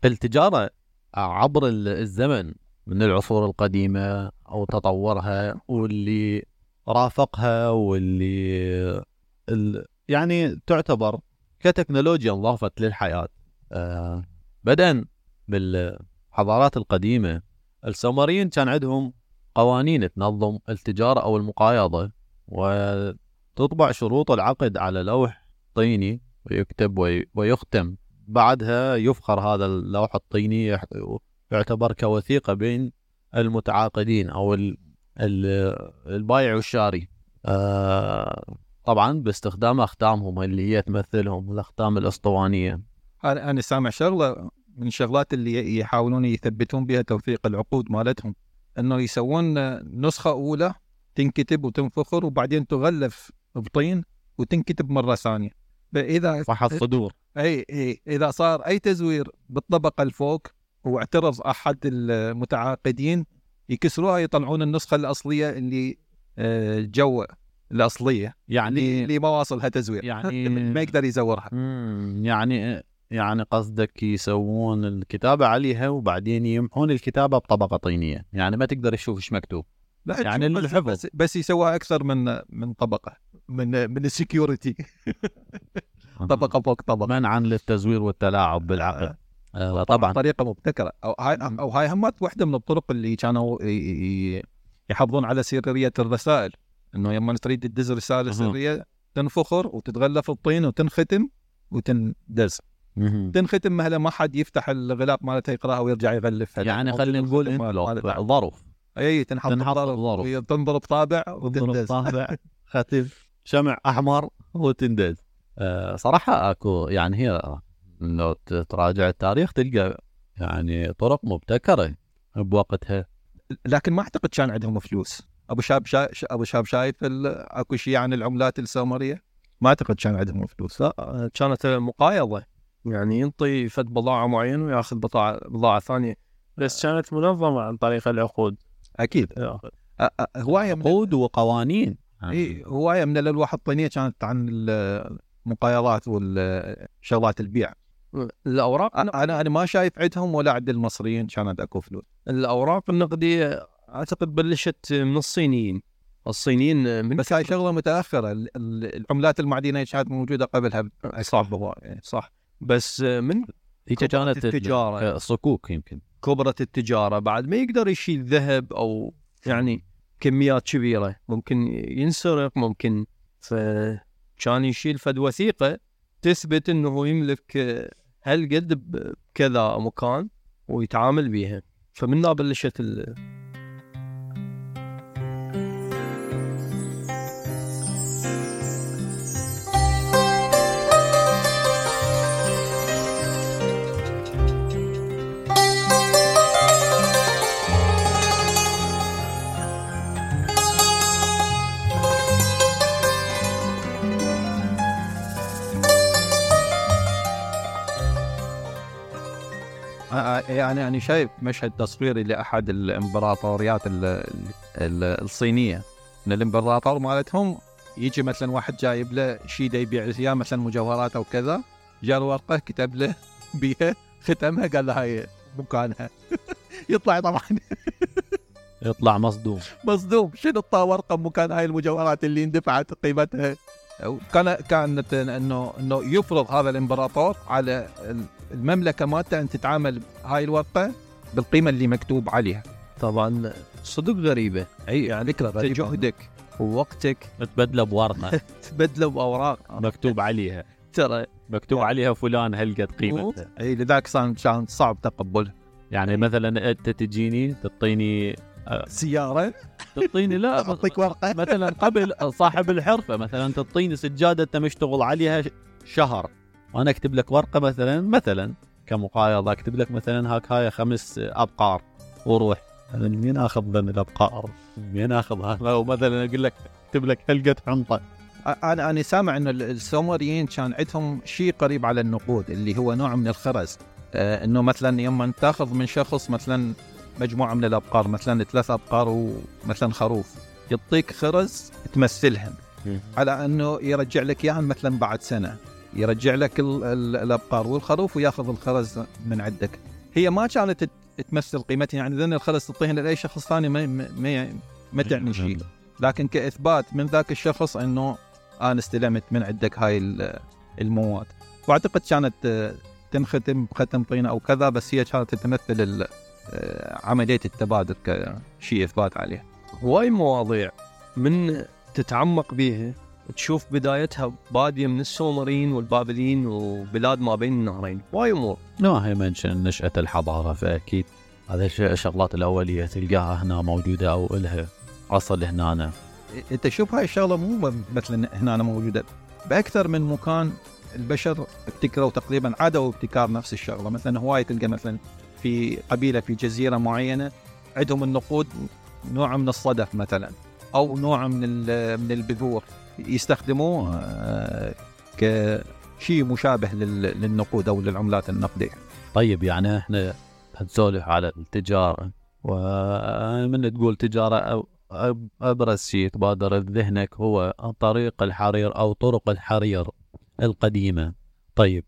التجارة عبر الزمن من العصور القديمة أو تطورها واللي رافقها واللي يعني تعتبر كتكنولوجيا انضافت للحياة. بدءا بالحضارات القديمة السومريين كان عندهم قوانين تنظم التجارة أو المقايضة، وتطبع شروط العقد على لوح طيني ويكتب ويختم. بعدها يفخر هذا اللوح الطيني، يعتبر كوثيقة بين المتعاقدين أو البائع والشاري، طبعا باستخدام أختامهم اللي هي تمثلهم الأختام الأسطوانية. أنا سامع شغلة من الشغلات اللي يحاولون يثبتون بها توثيق العقود مالتهم، أنه يسوون نسخة أولى تنكتب وتنفخر وبعدين تغلف بطين وتنكتب مرة ثانية. فإذا فحص صدور إذا صار أي تزوير بالطبقة الفوق واعترض أحد المتعاقدين يكسروها، يطلعون النسخة الأصلية اللي جو الأصلية، يعني اللي ما واصلها تزوير، يعني ما يقدر يزورها. يعني قصدك يسوون الكتابة عليها وبعدين يمحون الكتابة بطبقة طينية، يعني ما تقدر تشوف ايش مكتوب. لا يعني الحفظ بس يسوها أكثر من طبقة من السكيورتي طبقة فوق طبقة، منعا للتزوير والتلاعب بالعقد. طبعا طريقة مبتكرة، أو هاي همات واحدة من الطرق اللي كانوا يحافظون على سرية الرسائل، إنه لما تريد تدز رسالة سرية تنفخر وتتغلف الطين وتنختم وتندز. تنختم مهلا ما حد يفتح الغلاف مالتها يقراها ويرجع يغلفها. يعني خلينا نقول ظرف، أي تنحط ظرف تنضرب طابع وتندز ختم شمع أحمر وتندز. صراحة أكو يعني هي لو تراجع التاريخ تلقى يعني طرق مبتكرة بوقتها، لكن ما أعتقد كان عندهم فلوس. أبو شاب شايف أكو شيء عن العملات السومرية؟ ما أعتقد كان عندهم فلوس. لا، كانت مقايضة، يعني ينطي فد بضاعة معين ويأخذ بضاعة ثانية، بس كانت منظمة عن طريق العقود. أكيد هواية عقود وقوانين. هواية من الألواح الطينية كانت عن المقايضات والشغلات البيع. الأوراق أنا ما شايف عندهم ولا عند المصريين كانت أكو فلوس. الأوراق النقدية أعتقد بلشت من الصينيين بس هاي شغلة متأخرة. العملات المعدنية كانت موجودة قبلها. صح بس من هي كانت التجارة صكوك، يمكن كبرت التجارة بعد ما يقدر يشيل ذهب أو يعني كميات كبيرة، ممكن ينسرق، ممكن فكان يشيل فد وثيقة تثبت أنه يملك هالقد بكذا مكان ويتعامل بيها. فمنها بلشت يعني أنا شايف مشهد تصويري لأحد الإمبراطوريات الصينية. من الإمبراطور مالتهم يجي مثلا واحد جايب له شيء دا يبيع له مثلا مجوهرات أو كذا، جاء ورقة كتب له بيها ختمها قال له هاي مكانها يطلع طبعا يطلع مصدوم. شنو ورقة مكان هاي المجوهرات اللي اندفعت قيمتها. كانت انه يفرض هذا الامبراطور على المملكه مالته ان تتعامل هاي الورقه بالقيمه اللي مكتوب عليها. طبعا صدق غريبه، اي يعني فكره جهدك ووقتك تبدله بورقه تبدله باوراق مكتوب عليها، ترى مكتوب عليها فلان هالقد قيمتها. اي لذلك كان صعب تقبلها. يعني مثلا انت تجيني تعطيني سيارة، تعطيني لا أعطيك ورقة مثلا قبل صاحب الحرفة مثلا تعطيني سجادة أنت مشتغل عليها شهر، وأنا أكتب لك ورقة مثلا كمقايضة أكتب لك مثلا هاي 5 أبقار وروح. أنا مين أخذ ذن الأبقار؟ مين أخذها؟ أو مثلا أقول لك أكتب لك هلقة حنطة. أنا سامع إنه السومريين كان عندهم شيء قريب على النقود اللي هو نوع من الخرز، إنه مثلا يوم تأخذ من شخص مثلا مجموعة من الأبقار، مثلا 3 أبقار ومثلا خروف، يعطيك خرز تمثلهم على أنه يرجع لك إياهم مثلا بعد سنة، يرجع لك الأبقار والخروف ويأخذ الخرز من عندك. هي ما كانت تمثل قيمتها، يعني ذن الخلص تعطيها لاي شخص ثاني ما تعني شيء، لكن كاثبات من ذاك الشخص انه انا استلمت من عندك هاي المواد. واعتقد كانت تنختم بختم طينه او كذا، بس هي كانت تمثل عمليه التبادل كشيء اثبات عليه. هواي مواضيع من تتعمق بيها تشوف بدايتها بادية من السومريين والبابليين وبلاد ما بين النهرين، واي امور. هي منشن نشأة الحضارة، فأكيد هذا الشغلات الأولية تلقاها هنا موجودة أو إلها أصل هنا. انت شوف هاي الشغله مو مثلا هنا موجوده باكثر من مكان، البشر ابتكروا تقريبا عادوا ابتكار نفس الشغله. مثلا هواي تلقى مثلا في قبيله في جزيره معينه عندهم النقود نوع من الصدف مثلا، او نوع من البذور يستخدموه كشيء مشابه للنقود او للعملات النقديه. طيب يعني احنا هنسولف على التجاره، ومن تقول تجاره أو أبرز شيء تبادر بذهنك هو طريق الحرير أو طرق الحرير القديمة. طيب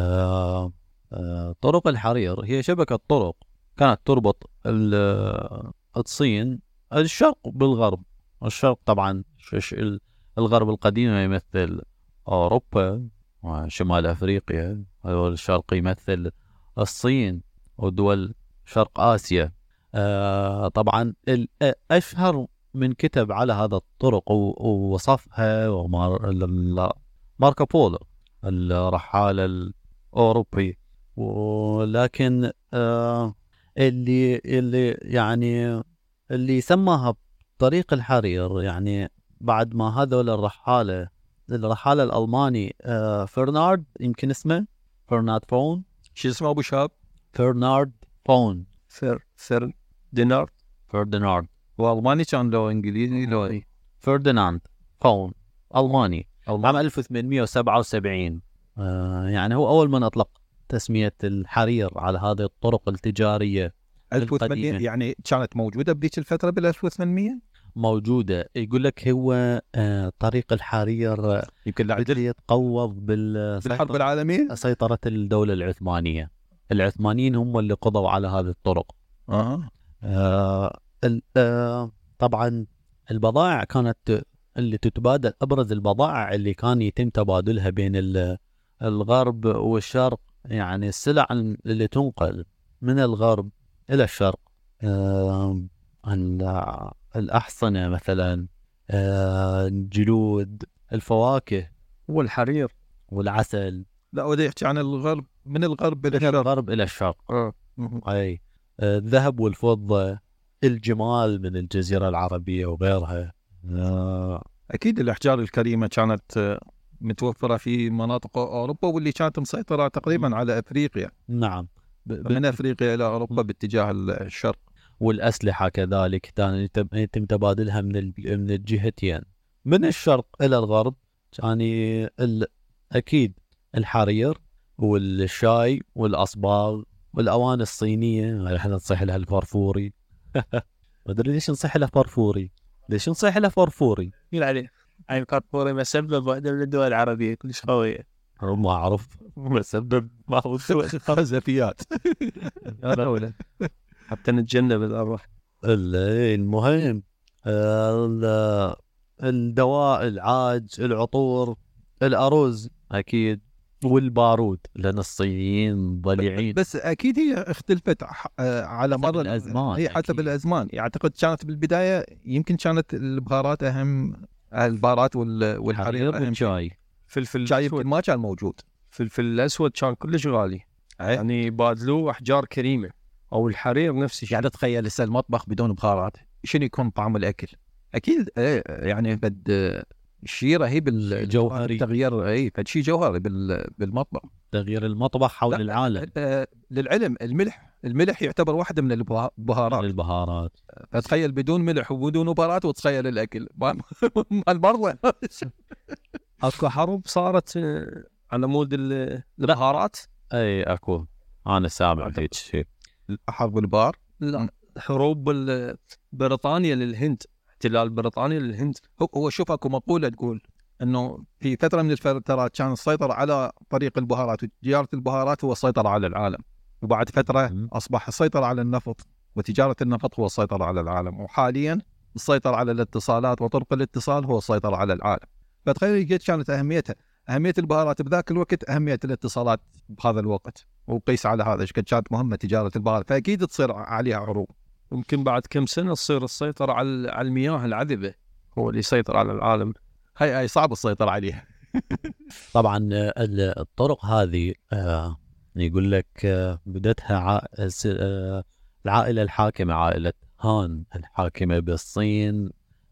طرق الحرير هي شبكة طرق كانت تربط الصين الشرق بالغرب. الشرق طبعا الغرب القديم يمثل أوروبا وشمال أفريقيا، والشرق يمثل الصين ودول شرق آسيا. طبعا الأشهر من كتب على هذا الطرق ووصفها ماركو بولو الرحالة الأوروبي. ولكن اللي سماها طريق الحرير، يعني بعد ما هذول الرحالة الألماني فرنارد، يمكن اسمه فرنارد فون. شو اسمه أبو شاب؟ فرنارد فون. فرديناند. والماني كان لو انجليزي لو فرديناند فون ألماني عام 1877. يعني هو أول من أطلق تسمية الحرير على هذه الطرق التجارية 1800. يعني كانت موجودة بذيك الفترة بال 1800 موجودة. يقول لك هو طريق الحرير يمكن بدأ يتقوض بالحرب العالمية، سيطرة الدولة العثمانية. العثمانيين هم اللي قضوا على هذه الطرق. طبعا البضائع كانت اللي تتبادل، أبرز البضائع اللي كان يتم تبادلها بين الغرب والشرق، يعني السلع اللي تنقل من الغرب إلى الشرق، الأحصنة مثلا، الجلود، الفواكه والحرير والعسل. لا ودي يحكي عن الغرب، من الغرب إلى الشرق. أي الذهب والفضة، الجمال من الجزيرة العربية وغيرها. أكيد الأحجار الكريمة كانت متوفرة في مناطق أوروبا، واللي كانت مسيطرة تقريبا على أفريقيا. نعم، من أفريقيا إلى أوروبا باتجاه الشرق. والأسلحة كذلك كان يتم تبادلها من الجهتين، من الشرق إلى الغرب. يعني أكيد الحرير والشاي والأصباغ والأواني الصينية، احنا نصيح لها الفرفوري. ما أدري ليش نصيح لها فرفوري، ليش نصيح لها فرفوري؟ يقول عليه أي فرفوري مسبب واحدة من الدول العربية كلش قوية. ما أعرف مسبب، ما هو خزفيات. حتى نتجنب الأرواح. المهم الدواء، العاج، العطور، الأرز أكيد، والبارود، لأن الصينيين ضليعين. بس أكيد هي اختلفت على مر الأزمان. هي حتى بالأزمان. أعتقد كانت بالبداية يمكن كانت البهارات أهم، البهارات والحرير أهم. شاي، فلفل شاي يمكن ما كان موجود. فلفل الأسود كان كلش غالي، يعني بادلوه أحجار كريمة، أو الحرير نفس الشيء. يعني تخيل لسه المطبخ بدون بهارات شنو يكون طعم الأكل؟ أكيد يعني بد شيء رهيب جوهري، تغيير فشي جوهري بالمطبخ، تغيير المطبخ حول العالم. للعلم الملح يعتبر واحدة من البهارات. فتخيل بدون ملح وبدون بهارات، وتخيل الأكل المرضى. أكو حرب صارت على مود البهارات. أي أكو، أنا سامع هيك شيء. حرب البار، لا، حروب بريطانيا للهند، احتلال بريطانيا للهند. هو شوف اكو مقولة تقول انه في فترة من الفترات كان السيطرة على طريق البهارات وتجارة البهارات هو السيطرة على العالم. وبعد فترة أصبح السيطرة على النفط وتجارة النفط هو السيطرة على العالم، وحاليا السيطرة على الاتصالات وطرق الاتصال هو السيطرة على العالم. فتخيل قد كانت أهميتها، أهمية البهارات بذاك الوقت، أهمية الاتصالات بهذا الوقت، وقيس على هذا ايش قد كانت مهمة تجارة البهارات، فأكيد تصير عليها حروب. ممكن بعد كم سنة تصير السيطرة على المياه العذبة هو اللي يسيطر على العالم. هاي صعب السيطرة عليها. طبعا الطرق هذه يقول لك بدتها العائلة الحاكمة، عائلة هان الحاكمة بالصين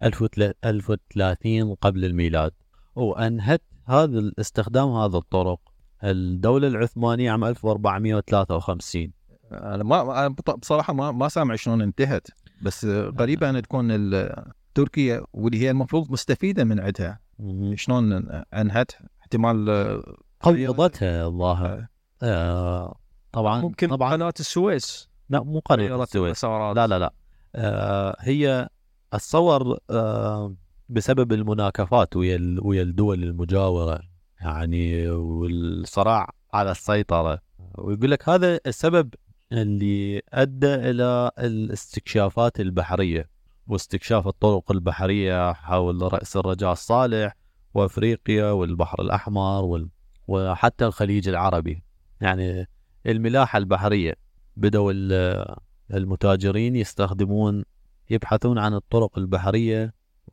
1030 قبل الميلاد، وأنهت هذا الاستخدام هذا الطرق الدولة العثمانية عام 1453. أنا بصراحة ما سامع شلون انتهت، بس غريبة أن تكون تركيا واللي هي المفروض مستفيدة من عندها شلون أنهت. احتمال قوضتها الظاهر. طبعا ممكن طبعا قناة السويس. لا مو قناة السويس، لا هي الصور بسبب المناكفات ويا الدول المجاورة يعني، والصراع على السيطرة. ويقول لك هذا السبب اللي أدى إلى الاستكشافات البحرية واستكشاف الطرق البحرية حول رأس الرجاء الصالح وأفريقيا والبحر الأحمر وحتى الخليج العربي. يعني الملاحة البحرية بدأوا المتاجرين يبحثون عن الطرق البحرية،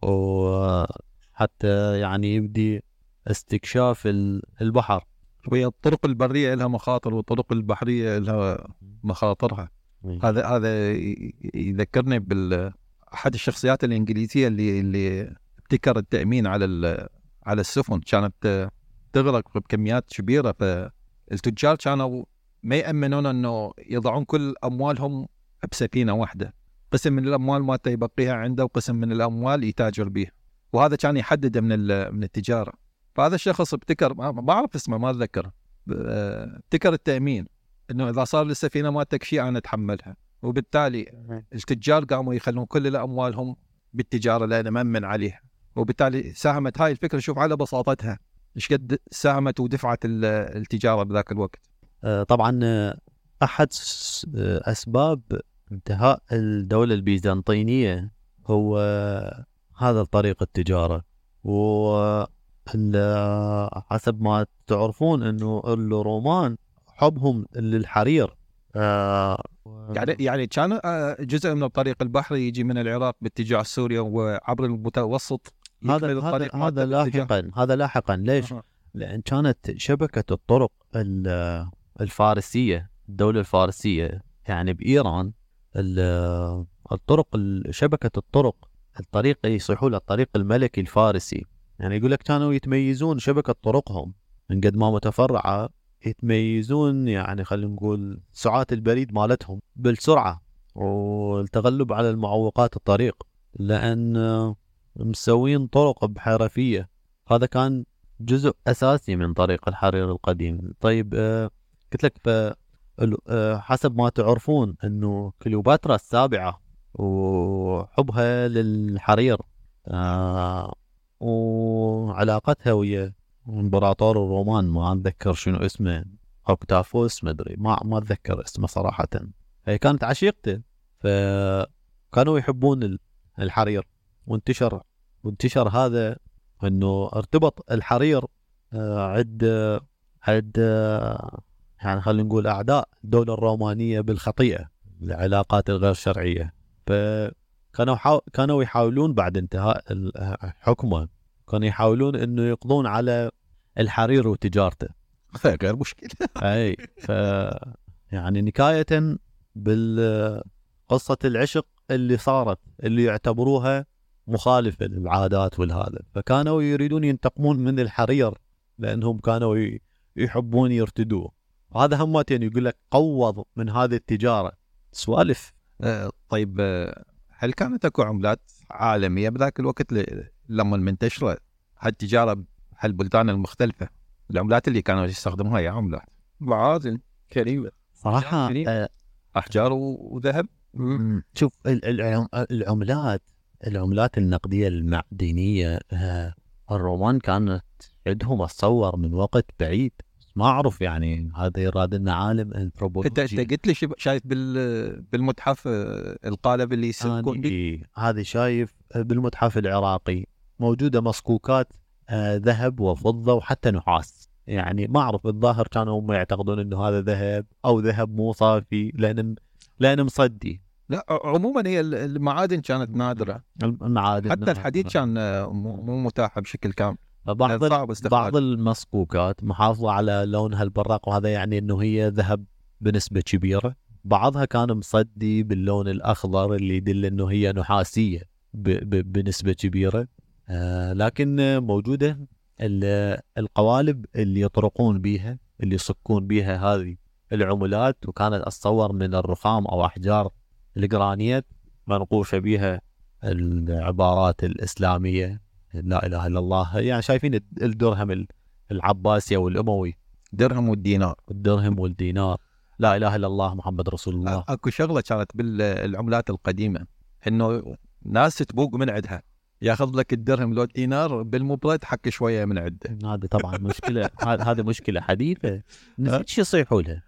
وحتى يعني يبدي استكشاف البحر. وهي الطرق البرية لها مخاطر والطرق البحرية لها مخاطرها. هذا يذكرني أحد الشخصيات الإنجليزية اللي ابتكر التأمين على السفن، كانت تغرق بكميات كبيرة، فالتجار كانوا ما يأمنون أنه يضعون كل أموالهم بسفينة واحدة، قسم من الأموال ما يبقيها عنده وقسم من الأموال يتاجر به، وهذا كان يحدد من التجارة. فهذا الشخص ابتكر، ما أعرف اسمه ما أتذكر، ابتكر التأمين أنه إذا صار للسفينة مالتك شيء أنا أتحملها، وبالتالي التجار قاموا يخلون كل أموالهم بالتجارة لأنه مأمن عليها، وبالتالي ساهمت هاي الفكرة، شوف على بساطتها إيش قد ساهمت ودفعت التجارة بذاك الوقت. طبعا أحد أسباب انتهاء الدولة البيزنطينية هو هذا طريق التجارة، وحسب ما تعرفون أنه الرومان حبهم للحرير يعني كان جزء من الطريق البحري يجي من العراق باتجاه سوريا وعبر المتوسط. هذا لاحقا ليش؟ لأن كانت شبكة الطرق الفارسية، الدولة الفارسية يعني بإيران، شبكة الطريق يصيحوا الطريق الملكي الفارسي. يعني يقول لك كانوا يتميزون شبكة طرقهم من قد ما متفرعة، يتميزون يعني خلينا نقول سرعات البريد مالتهم بالسرعة والتغلب على المعوقات الطريق، لأن مسوين طرق بحرفية. هذا كان جزء أساسي من طريق الحرير القديم. طيب قلت لك حسب ما تعرفون أنه كليوباترا السابعة وحبها للحرير وعلاقتها ويا امبراطور الرومان، ما أتذكر شنو اسمه، أوكتافوس مدري، ما أتذكر اسمه صراحة، هي كانت عشيقته، فكانوا يحبون الحرير. وانتشر هذا انه ارتبط الحرير عد يعني خلينا نقول اعداء الدولة الرومانية بالخطيئة، العلاقات الغير شرعية. كانوا يحاولون بعد انتهاء حكمه، كانوا يحاولون انه يقضون على الحرير وتجارته. غير مشكلة. اي يعني نكاية بالقصة العشق اللي صارت، اللي يعتبروها مخالفة للعادات والهذا، فكانوا يريدون ينتقمون من الحرير لأنهم كانوا يحبون يرتدوه. وهذا همتين يقول لك قوض من هذه التجارة سوالف. طيب هل كانت اكو عملات عالمية بذاك الوقت لما منتشرة هالتجارة هالبلدان المختلفة؟ العملات اللي كانوا يستخدموها هي عملات معادن كريمة صراحة، أحجار وذهب. شوف العملات النقدية المعدنية، الرومان كانت عندهم اتصور من وقت بعيد، ما أعرف يعني هذا يراد لنا عالم انت أنثروبولوجي. قلت لي شايف بالمتحف القالب اللي يسلكون به. هذه شايف بالمتحف العراقي موجودة مصكوكات ذهب وفضة وحتى نحاس. يعني ما أعرف، الظاهر كانوا هم يعتقدون إنه هذا ذهب أو ذهب مو صافي لأن مصدي. لا عموما هي المعادن كانت نادرة، المعادن حتى الحديد كان مو متاح بشكل كامل. بعض المصكوكات محافظة على لونها البراق، وهذا يعني إنه هي ذهب بنسبة كبيرة. بعضها كان مصدي باللون الأخضر اللي يدل إنه هي نحاسية بنسبة كبيرة. لكن موجودة القوالب اللي يطرقون بيها، اللي يصكون بيها هذه العملات، وكانت أتصور من الرخام أو أحجار الجرانيت منقوشة بها العبارات الإسلامية، لا إله إلا الله. يعني شايفين الدرهم العباسي أو الأموي، درهم والدينار، الدرهم والدينار، لا إله إلا الله محمد رسول الله. أكو شغلة كانت بالعملات القديمة إنه ناس تبوق من عندها، ياخذ لك الدرهم لو الدينار بالمبرد حق شوية من عنده. هذا طبعا مشكلة. هذه مشكلة حديثة. نسيت شو يصيحوا لها،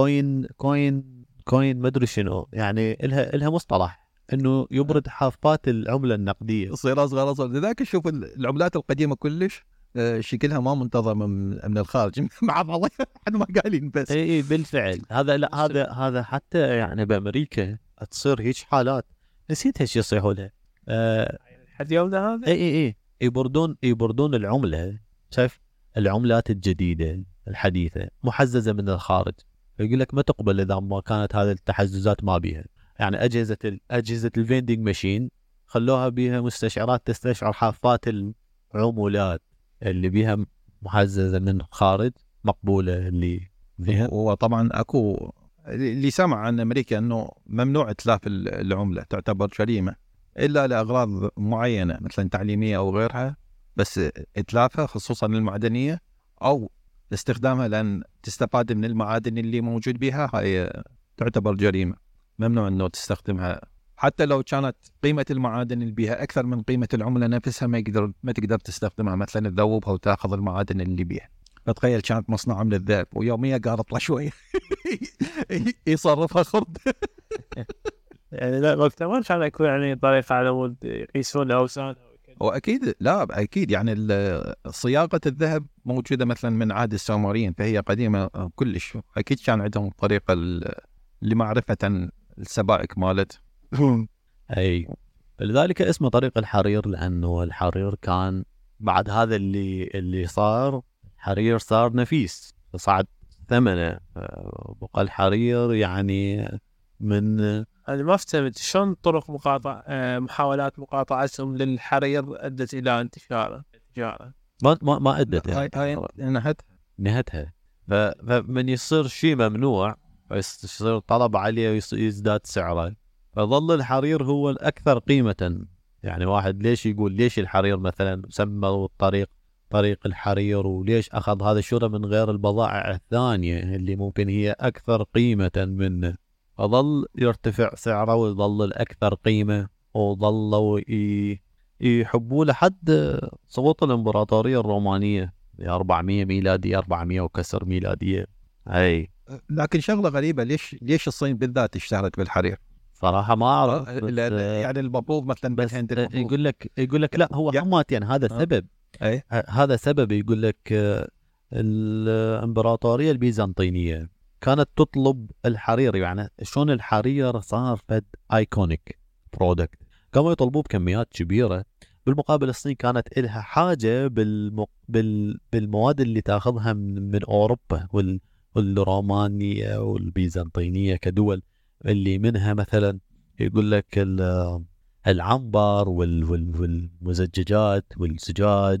كوين ما أدري شنو، يعني إلها مصطلح إنه يبرد حافات العملة النقدية، تصير أصغر. لذلك شوف العملات القديمة كلش شكلها ما منتظم من الخارج مع بعض احنا ما قايلين بس. اي بالفعل. هذا لا هذا حتى يعني بأمريكا تصير هيك حالات. نسيت ايش يصيحوا لها. حد يومنا هذا اي يبردون العملة. شايف العملات الجديدة الحديثة محززة من الخارج، يقول لك ما تقبل اذا ما كانت هذه التحززات ما بيها. يعني اجهزة الفيندينج ماشين خلوها بيها مستشعرات تستشعر حافات العملات اللي بيها محززة من الخارج مقبولة اللي بيها. وطبعا اكو اللي سمع عن امريكا انه ممنوع اتلاف العملة، تعتبر جريمة الا لاغراض معينة مثلا تعليمية او غيرها، بس اتلافها خصوصا المعدنية او استخدامها لان تستفاد من المعادن اللي موجود بها، هاي تعتبر جريمة. ممنوع انه تستخدمها حتى لو كانت قيمة المعادن اللي بيها أكثر من قيمة العملة نفسها، ما تقدر تستخدمها مثلا تذوبها وتأخذ المعادن اللي بيها. فتخيل كانت مصنوعة من الذهب ويوميا قارط له شوية يصرفها خرد. يعني لا مكتمل كان يكون يعني طريقة على مود يقيسون أوزان. وأكيد لا أكيد يعني صياغة الذهب موجودة مثلا من عهد السومريين، فهي قديمة كلش. أكيد كان عندهم طريقة لمعرفة السبائك مالت. اي لذلك اسمه طريق الحرير، لانه الحرير كان بعد هذا اللي صار، الحرير صار نفيس فصعد ثمنه. بقى الحرير يعني من أنا ما فهمت شلون طرق محاولات مقاطعتهم للحرير أدت إلى انتشاره. ما أدت هاي نهتها. فمن يصير شيء ممنوع يصير طلب عليه ويزداد سعره، فظل الحرير هو الأكثر قيمة. يعني واحد ليش يقول ليش الحرير مثلا سموا طريق الحرير، وليش أخذ هذا الشراء من غير البضائع الثانية اللي ممكن هي أكثر قيمة منه، فظل يرتفع سعره ويظل الأكثر قيمة، وظلوا يحبوا لحد سقوط الإمبراطورية الرومانية 400 ميلادية، 400 وكسر ميلادية. أي لكن شغلة غريبة، ليش الصين بالذات اشتهرت بالحرير؟ صراحة ما أعرف. يعني المفروض مثلا بالهند يقول لك لا هو حماتين يعني هذا سبب. هذا سبب. يقول لك الإمبراطورية البيزنطينية كانت تطلب الحرير، يعني شلون الحرير صار فد ايكونيك برودكت، كانوا يطلبوه بكميات كبيرة. بالمقابل الصين كانت إلها حاجة بالمواد اللي تاخذها من أوروبا والرومانية والبيزنطينية كدول، اللي منها مثلا يقول لك العنبر والمزججات والزجاج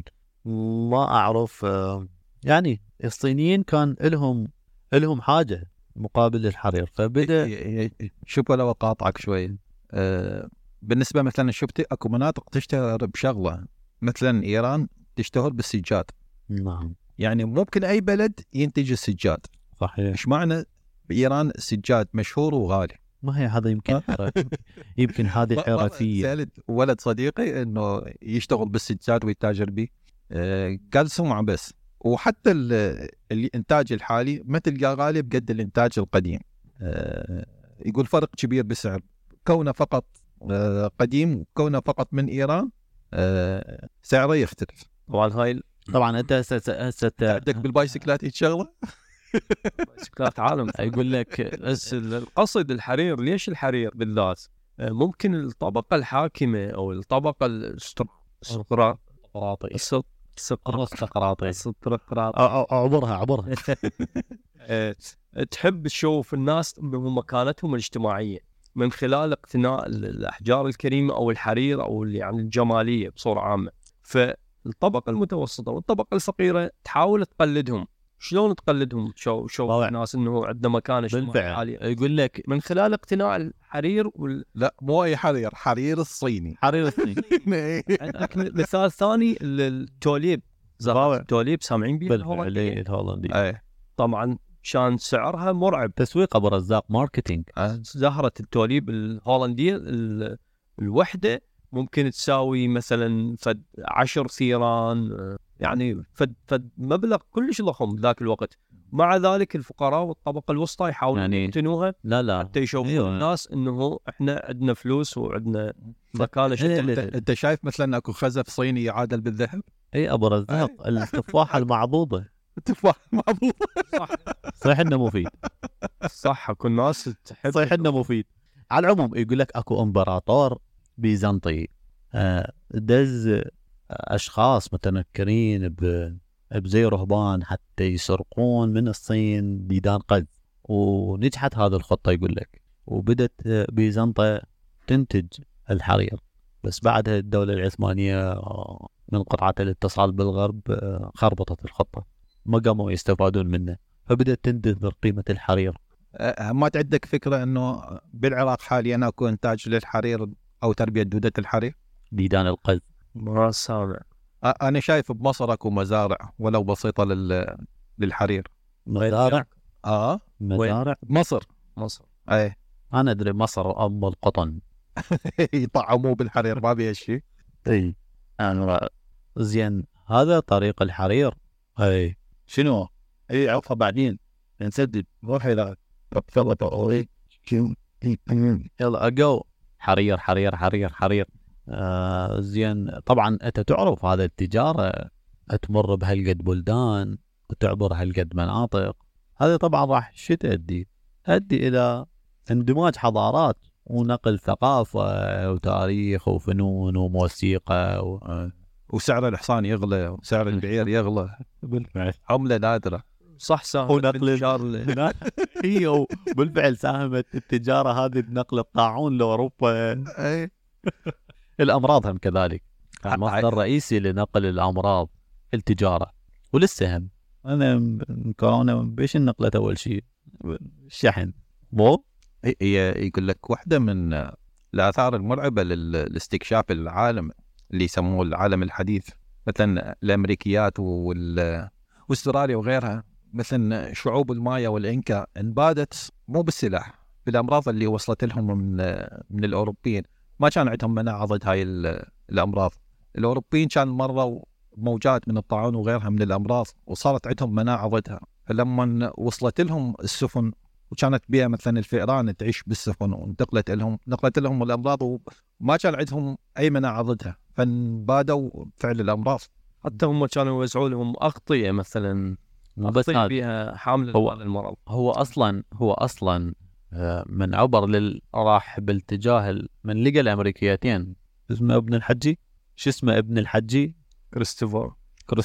ما أعرف. يعني الصينيين كان لهم حاجة مقابل الحرير، فبدأ. شوف لو أقاطعك شوي، بالنسبة مثلا شفت أكو مناطق تشتهر بشغلة، مثلا إيران تشتهر بالسجاد. نعم. يعني ممكن أي بلد ينتج السجاد. صحيح. إيش معنى بإيران السجاد مشهور وغالي؟ ما هي هذا يمكن هذه حرفية. سألت ولد صديقي إنه يشتغل بالسجاد ويتاجر به، قال سمعة بس، وحتى الإنتاج الحالي ما تلقى غالي بقد الإنتاج القديم. يقول فرق كبير بالسعر، كونه فقط قديم وكونه فقط من إيران سعره يختلف. طبعا هاي طبعا انت هسه عندك بالبايسكلات هيك شغله بايسكلات عالم. يقول لك بس القصد الحرير، ليش الحرير بالذات؟ ممكن الطبقة الحاكمة أو الطبقة عبرها تحب تشوف الناس بمكانتهم الاجتماعية من خلال اقتناء الأحجار الكريمة أو الحرير أو يعني الجمالية بصورة عامة. فالطبقة المتوسطة والطبقة الفقيرة تحاول تقلدهم. شلون تقلدهم؟ شو الناس انه عندنا مكانه اجتماعيه عاليه. يقول لك من خلال اقتناء الحرير لا مو اي حرير الصيني. عندك مثال ثاني التوليب، زراعه التوليب سامعين بيها الهولندي. طبعا كان سعرها مرعب، تسويق ابو رزاق، ماركتينج. زهره التوليب الهولنديه الوحده ممكن تساوي مثلا 10 ثيران، يعني فد مبلغ كلش ضخم ذاك الوقت. مع ذلك الفقراء والطبقة الوسطى يحاولون يعني يقتنوها حتى يشوفوا الناس انه احنا عندنا فلوس وعندنا مكانه. انت شايف مثلا اكو خزف صيني يعادل بالذهب؟ اي ابو رزاق التفاحة المعضوضة. التفاحة المعضوضة صحيح انه مفيد. صح اكو الناس تحب، صحيح انه مفيد. على العموم يقول لك اكو امبراطور بيزنطي دز اشخاص متنكرين بزي رهبان حتى يسرقون من الصين ديدان قز، ونجحت هذه الخطة يقول لك، وبدت بيزنطة تنتج الحرير. بس بعدها الدولة العثمانية من قطعة الاتصال بالغرب خربطت الخطة، ما قاموا يستفادون منه، فبدت تندثر قيمة الحرير. ما عندك فكرة انه بالعراق حاليا اكو انتاج للحرير او تربية دودة الحرير؟ ديدان القز ما سامع. انا شايف بمصر اكو مزارع ولو بسيطة للحرير. مزارع؟ مزارع مصر. اي انا ادري مصر ام القطن. يطعموه بالحرير ما بيه شيء. اي انا زين هذا طريق الحرير. اي شنو؟ اي عرفها بعدين نسدد روح الى يلا اجو حرير حرير حرير حرير. زين طبعا انت تعرف هذا التجارة تمر بهالقد بلدان وتعبر هالقد مناطق، هذه طبعا راح شو تؤدي الى اندماج حضارات ونقل ثقافة وتاريخ وفنون وموسيقى وسعر الحصان يغلى وسعر البعير يغلى بالفعل. عملة نادرة. صح ساهمت بالتجارة. هي بالفعل ساهمت التجارة هذه بنقل الطاعون لأوروبا. الأمراض هم كذلك كان مصدر رئيسي لنقل الأمراض التجارة ولسه هم. أنا كورونا بيش نقلت أول شيء الشحن مو هي يقول لك واحدة من الآثار المرعبة للاستكشاف العالم اللي يسموه العالم الحديث، مثلا الأمريكيات واستراليا وغيرها، مثلا شعوب المايا والإنكا انبادت مو بالسلاح، بالأمراض اللي وصلت لهم من الأوروبيين. ما كان عندهم مناعة ضد هاي الأمراض. الأوروبيين كان مروا موجات من الطاعون وغيرها من الأمراض وصارت عندهم مناعة ضدها، فلما وصلت لهم السفن وكانت بيها مثلا الفئران تعيش بالسفن ونقلت لهم الأمراض وما كان عندهم أي مناعة ضدها، فانبادوا فعل الأمراض. حتى هم كانوا يوزعوا لهم أغطية مثلا أغطية بيها حامل المرض. هو أصلا من عبر راح بالاتجاه من لقى الأمريكيتين اسمه ابن الحجي، شو اسمه ابن الحجي؟ كريستوفر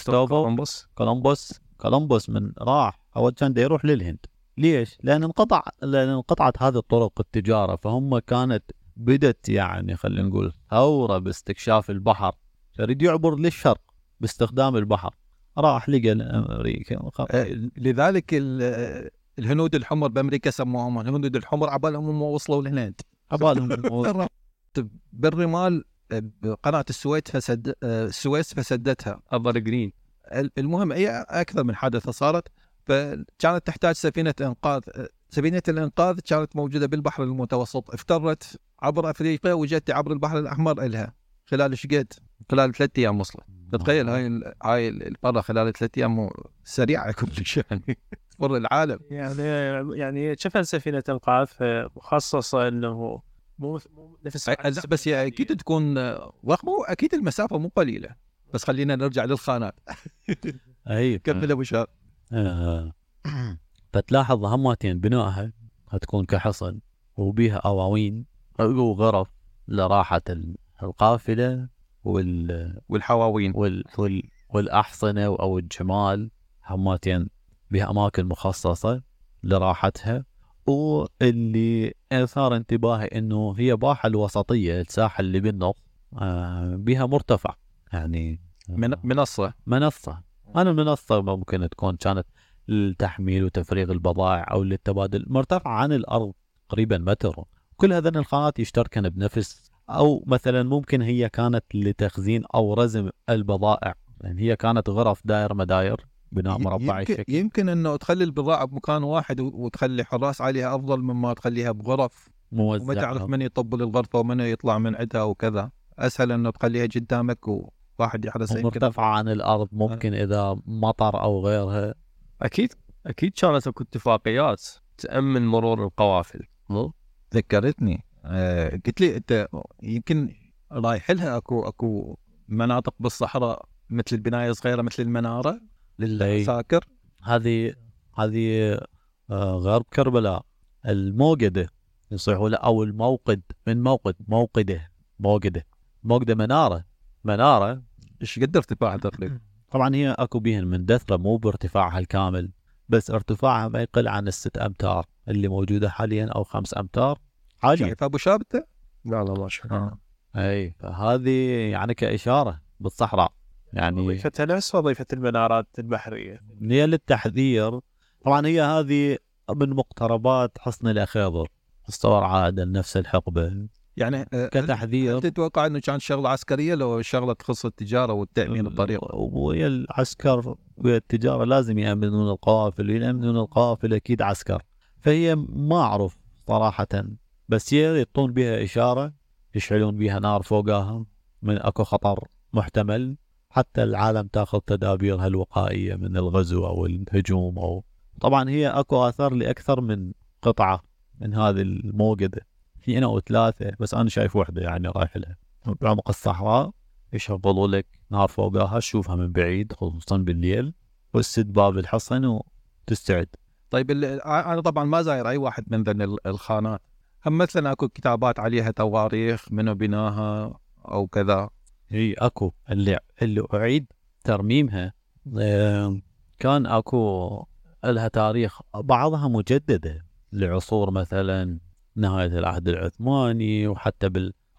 كولومبوس من راح أول كان دا يروح للهند. ليش؟ لأن انقطعت هذه الطرق التجارة، فهم كانت بدت يعني خلينا نقول ثورة باستكشاف البحر، يريد يعبر للشرق باستخدام البحر، راح لقى أمريكا. لذلك الهنود الحمر بأمريكا سموهم الهنود الحمر، عبالهم وصلوا للهند. عبالهم بالرمال قناة السويس فسدتها أبر جرين. المهم أي أكثر من حادثة صارت، فكانت تحتاج سفينة إنقاذ. سفينة الإنقاذ كانت موجودة بالبحر المتوسط، افترت عبر أفريقيا وجت عبر البحر الأحمر إلها خلال 3 أيام وصلت. تتخيل هاي الطلة خلال 3 أيام سريعة كلش يعني تمر العالم. يعني شفنا سفينة القاف مخصصة انه مو نفس لا بس هي اكيد تكون رغم اكيد المسافة مو قليلة. بس خلينا نرجع للخانات. اي كمل ابو شهاب. فتلاحظ همتين بنائها هتكون كحصن وبيها أواوين وغرف لراحة القافلة والحواوين والأحصنة أو الجمال. همتين بها أماكن مخصصة لراحتها. واللي أثار انتباهي إنه هي باحة الوسطية الساحة اللي بالنص بها مرتفع يعني منصة. أنا المنصة ممكن تكون كانت للتحميل وتفريغ البضائع أو للتبادل، مرتفع عن الأرض تقريبا متر. كل هذين الخانات يشتركن بنفس، أو مثلا ممكن هي كانت لتخزين أو رزم البضائع، يعني هي كانت غرف داير مداير بناء مربعي الشكل. يمكن انه تخلي البضاعة بمكان واحد وتخلي حراس عليها افضل مما تخليها بغرف وما تعرف من يطبل الغرفة ومن يطلع من عندها وكذا. اسهل انه تخليها قدامك وواحد يحرس. مرتفعة عن الأرض ممكن إذا مطر أو غيرها. اكيد كانت اكو اتفاقيات تأمن مرور القوافل. مو ذكرتني قلت لي انت يمكن رايح لها اكو مناطق بالصحراء مثل البناية صغيرة مثل المنارة للعساكر. هذه غرب كربلاء الموقدة يصيحوا له، او الموقد من موقدة منارة ايش قد ارتفاعها تقريبا؟ طبعا هي اكو بيهن من دثرة مو بارتفاعها الكامل، بس ارتفاعها ما يقل عن 6 أمتار اللي موجودة حاليا او 5 أمتار حاليا. شايف ابو شابته؟ لا ما شاء. اي فهذه يعني كإشارة بالصحراء يعني. وظيفة نفس وظيفة المنارات البحرية هي للتحذير. طبعا هي هذه من مقتربات حصن الأخيضر، استوى عادة نفس الحقبة يعني كتحذير. تتوقع انه كان شغله عسكريه لو شغله تخص التجاره والتامين الطريق؟ ويا العسكر ويا التجاره لازم يامنون القوافل، ويامنون القوافل اكيد عسكر. فهي ما اعرف صراحه، بس هي يعطون بها اشاره، يشعلون بها نار فوقها من اكو خطر محتمل، حتى العالم تاخذ تدابيرها الوقائيه من الغزو او الهجوم. او طبعا هي اكو اثار لاكثر من قطعه من هذه الموقده، في أنا و3 بس أنا شايف وحدة يعني رايح لها بعمق الصحراء. يشغلوا لك نار فوقها تشوفها من بعيد خصوصا بالليل، والسد باب الحصن وتستعد. طيب أنا طبعا ما زاير أي واحد من ذن الخانات. هم مثلا أكو كتابات عليها تواريخ منو بناها أو كذا؟ هي أكو اللي أعيد ترميمها. كان أكو لها تاريخ، بعضها مجددة لعصور مثلا نهاية العهد العثماني، وحتى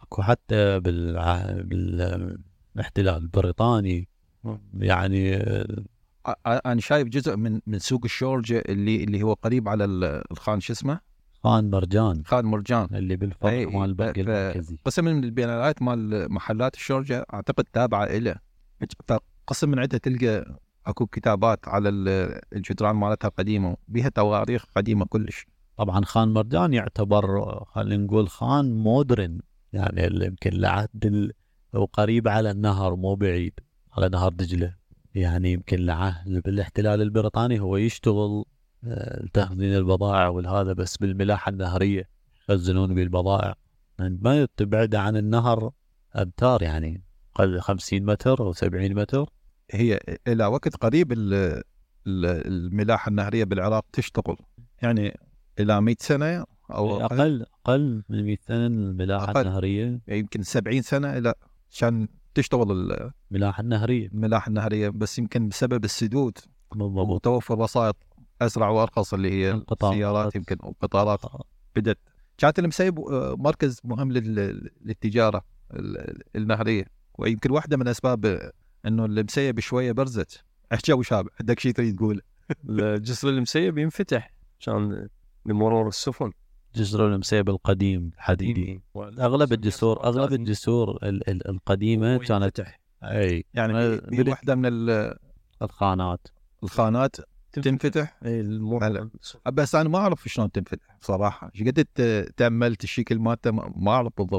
بالاحتلال البريطاني. يعني أنا شايف جزء من سوق الشورجة اللي هو قريب على الخان، شو اسمه؟ خان مرجان اللي بالفرع مال البنك المركزي. قسم من البيانات مال محلات الشورجة أعتقد تابعة إله، فقسم من عندها تلقى أكو كتابات على الجدران مالتها قديمة بها تواريخ قديمة كلش. طبعا خان مرجان يعتبر خلينا نقول خان مودرن، يعني اللي يمكن لعهد وقريب على النهر مو بعيد على نهر دجلة، يعني يمكن لعهد بالاحتلال البريطاني هو يشتغل تخزين البضائع والهذا، بس بالملاحة النهرية يخزنون بالبضائع، يعني ما تبعد عن النهر أمتار، يعني قل 50 متر أو 70 متر. هي إلى وقت قريب الملاحة النهرية بالعراق تشتغل، يعني إلى 100 سنة أو أقل من 100 سنة. الملاحة النهرية يمكن 70 سنة إلى عشان تشتغل الملاحة النهرية، بس يمكن بسبب السدود وتوفر وسائط أسرع وأرخص اللي هي السيارات يمكن والقطارات بدت. كانت المسيب مركز مهم للتجارة النهرية، ويمكن واحدة من أسباب إنه المسيب شوية برزت. احكي أبو شاب، عندك شيء تريد تقول؟ الجسر المسيب ينفتح عشان لمرور السفن. جسر المسيب القديم الحديدي. اغلب الجسور القديمه كانت اي يعني واحده من الخانات تنفتح. بس انا ما اعرف شلون تنفتح بصراحه. ايش قد تاملت الشكل مالته ما اعرف بالضبط.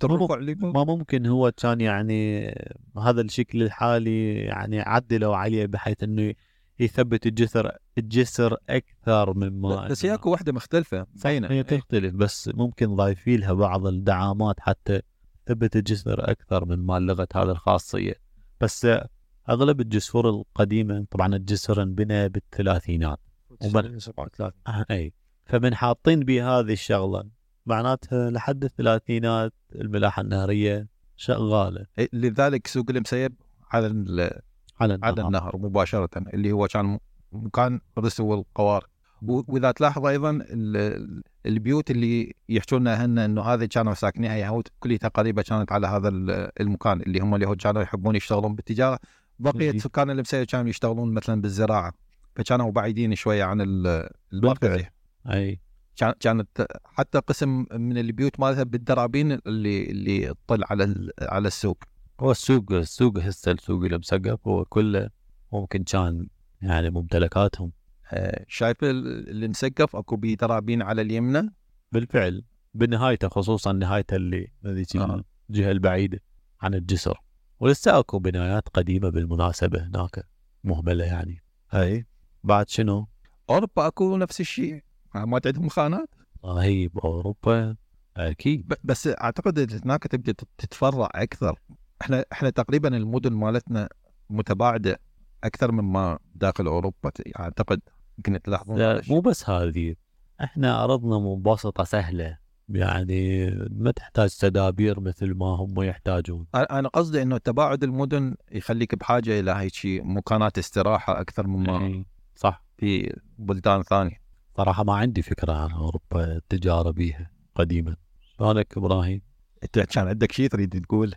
الرفع اللي ما ممكن هو كان يعني هذا الشكل الحالي يعني عدلوا عليه بحيث انه يثبت الجسر اكثر مما بس هي اكو واحده مختلفه زينه. هي تختلف، بس ممكن ضايفين لها بعض الدعامات حتى تثبت الجسر اكثر من ما لغت هذه الخاصيه. بس اغلب الجسور القديمه طبعا الجسر انبنى بالثلاثينات اي، فمن حاطين بهذه الشغله معناتها لحد الثلاثينات الملاحه النهريه شغاله. لذلك سوق المسيب على النهر مباشره، اللي هو كان مكان رسو القوارب. واذا تلاحظ ايضا البيوت اللي يحكوا لنا انه هذه كانوا ساكنيها يهود كلها قريبه كانت على هذا المكان، اللي هم اليهود كانوا يحبون يشتغلون بالتجاره. بقيه سكان المسيب كانوا يشتغلون مثلا بالزراعه، فكانوا بعيدين شويه عن المركز. اي كانت حتى قسم من البيوت مالها بالدرابين اللي تطل على السوق. هو السوق هسه السوق المسقف هو كله ممكن كان يعني ممتلكاتهم. شايف المسقف اكو بيه درابين على اليمنى بالفعل بنهايته، خصوصا نهايته اللي هذه الجهه البعيده عن الجسر. ولسه اكو بنايات قديمه بالمناسبه هناك مهمله يعني. هاي بعد شنو؟ اوروبا اكو نفس الشيء، ما عندهم خانات. هي باوروبا اكيد، بس اعتقد هناك تبدأ تتفرع اكثر. احنا تقريبا المدن مالتنا متباعده اكثر مما داخل اوروبا اعتقد. يمكن تلاحظون. لا مو بس هذه، احنا ارضنا منبسطه سهله يعني ما تحتاج تدابير مثل ما هم يحتاجون. انا قصدي انه تباعد المدن يخليك بحاجه الى هيك مكانات استراحه اكثر مما صح في بلدان ثانيه. صراحه ما عندي فكره عن اوروبا التجاره بيها قديما. شلونك ابراهيم؟ انت كان عندك شيء تريد تقول؟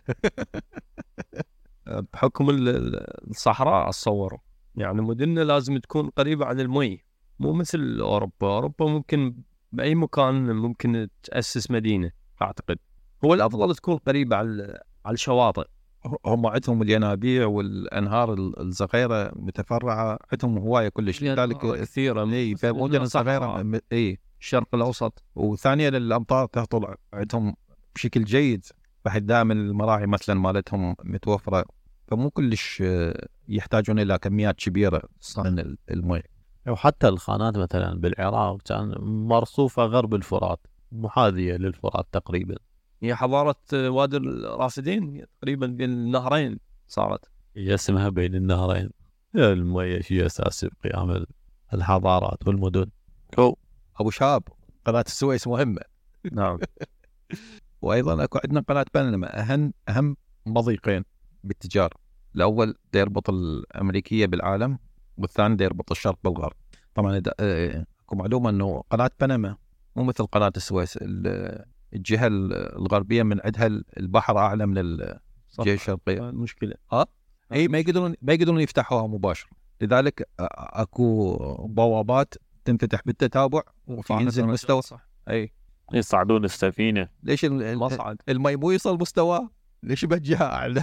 بحكم الصحراء اتصور يعني مدننا لازم تكون قريبه عن المي، مو مثل اوروبا ممكن باي مكان ممكن تاسس مدينه. اعتقد هو الافضل تكون قريبه على الشواطئ. هم عندهم الينابيع والانهار الصغيره متفرعه، عندهم هوايه كلش. لذلك كثيره اي في مدن صغيره اي الشرق الاوسط. وثانيا الامطار تهطل عندهم بشكل جيد، بحيث دائما المراعي مثلا مالتهم متوفره، فمو كلش يحتاجون الى كميات كبيره من الماء. وحتى الخانات مثلا بالعراق كان مرصوفه غرب الفرات، محاذيه للفرات تقريبا. هي حضاره وادي الرافدين تقريبا بين النهرين صارت. هي اسمها بين النهرين. المية شيء اساسي بقيام الحضارات والمدن. ابو شاب، قناه السويس مهمه. نعم. وايضا اكو عندنا قناه بنما، اهم مضيقين بالتجاره. الاول دا يربط الامريكيه بالعالم، والثاني دا يربط الشرق بالغرب. طبعا اكو معلومه انه قناه بنما مو مثل قناه السويس، الجهه الغربيه من عندها البحر اعلى من الجهه الشرقيه. المشكله اي ما يقدرون يفتحوها مباشره، لذلك اكو بوابات تنفتح بالتتابع وينزل مستوى. اي يصعدون السفينه. ليش المصعد المي مو يوصل مستواه؟ ليش بجهه اعلى؟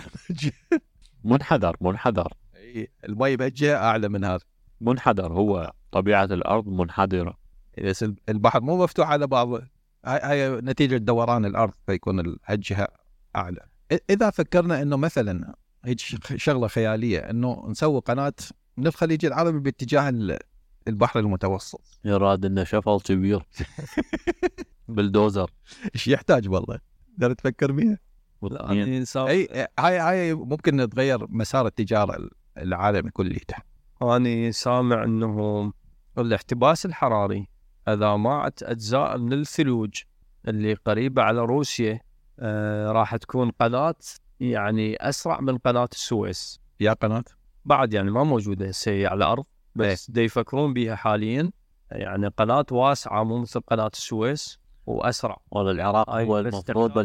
منحدر. المي بجهه اعلى من هذا. منحدر، هو طبيعه الارض منحدره. بس البحر مو مفتوح على بعضه، هاي نتيجه دوران الارض، فيكون الجهه اعلى. اذا فكرنا انه مثلا هيك شغله خياليه انه نسوي قناه من الخليج العربي باتجاه البحر المتوسط، يراد انه شفل كبير بلدوزر. ايش يحتاج والله؟ تقدر تفكر بيها. هاي ممكن تغير مسار التجاره العالمي كله. أنا سامع انه الاحتباس الحراري اذا ماعت اجزاء من الثلوج اللي قريبه على روسيا راح تكون قناه يعني اسرع من قناه السويس. يا قناه بعد يعني ما موجوده هسه على الارض، بس دا يفكرون بيها حاليا. يعني قناه واسعه مو مثل قناه السويس واسرع. والله العراق هو المفروض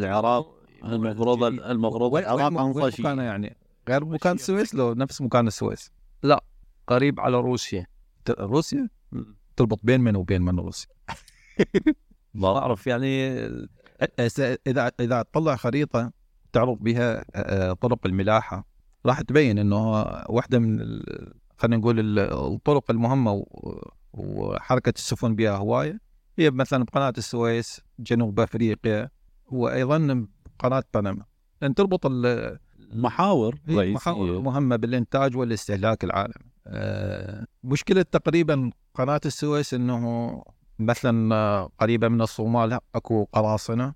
العراق انفع شيء يعني غير مكان السويس، لو نفس مكان السويس. لا قريب على روسيا. روسيا تربط بين من وبين من روسيا؟ ما اعرف يعني. اذا تطلع خريطه تعرض بها طرق الملاحه راح تبين انه واحده من خلينا نقول الطرق المهمه وحركه السفن بها هوايه هي مثلا بقناه السويس، جنوب افريقيا، وايضا قناة بنما، لأن تربط محاور محاور رئيسية. مهمة بالإنتاج والاستهلاك العالمي. مشكلة تقريبا قناة السويس إنه مثلا قريبة من الصومال أكو قراصنة،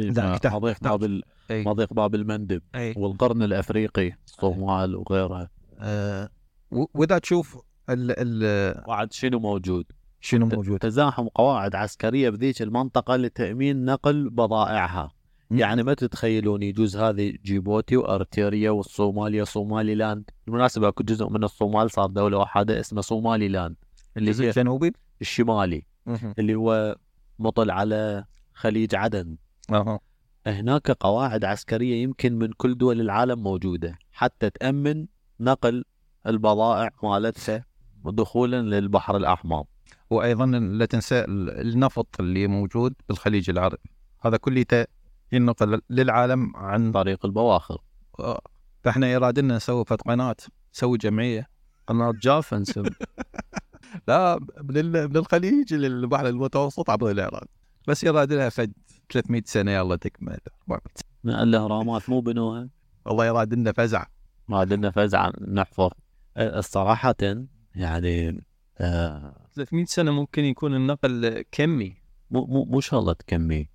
مضيق باب المندب والقرن الأفريقي، الصومال وغيرها. وإذا تشوف بعد شنو موجود؟ موجود تزاحم قواعد عسكرية بذيك المنطقة لتأمين نقل بضائعها. يعني ما تتخيلون يجوز هذه جيبوتي وأرتيريا والصوماليا، صومالي لاند. بالمناسبة أكو جزء من الصومال صار دولة واحدة اسمها صومالي لاند، اللي هي الجنوبي الشمالي اللي هو مطل على خليج عدن. هناك قواعد عسكرية يمكن من كل دول العالم موجودة حتى تأمن نقل البضائع مالتها ودخولا للبحر الأحمر. وأيضا لا تنسى النفط اللي موجود بالخليج العربي، هذا كله ينقل للعالم عن طريق البواخر. فإحنا يرادنا نسوي قناة، نسوي جمعية قناة جافا نسوي لا من الخليج للبحر المتوسط عبر العراق، بس يرادنا فد 300 سنة يلا تكمل. الأهرامات مو بنوها، والله يرادنا فزع، ما عندنا فزع نحفر. الصراحة يعني 300 سنة ممكن يكون النقل كمي، مو شغلة كمي.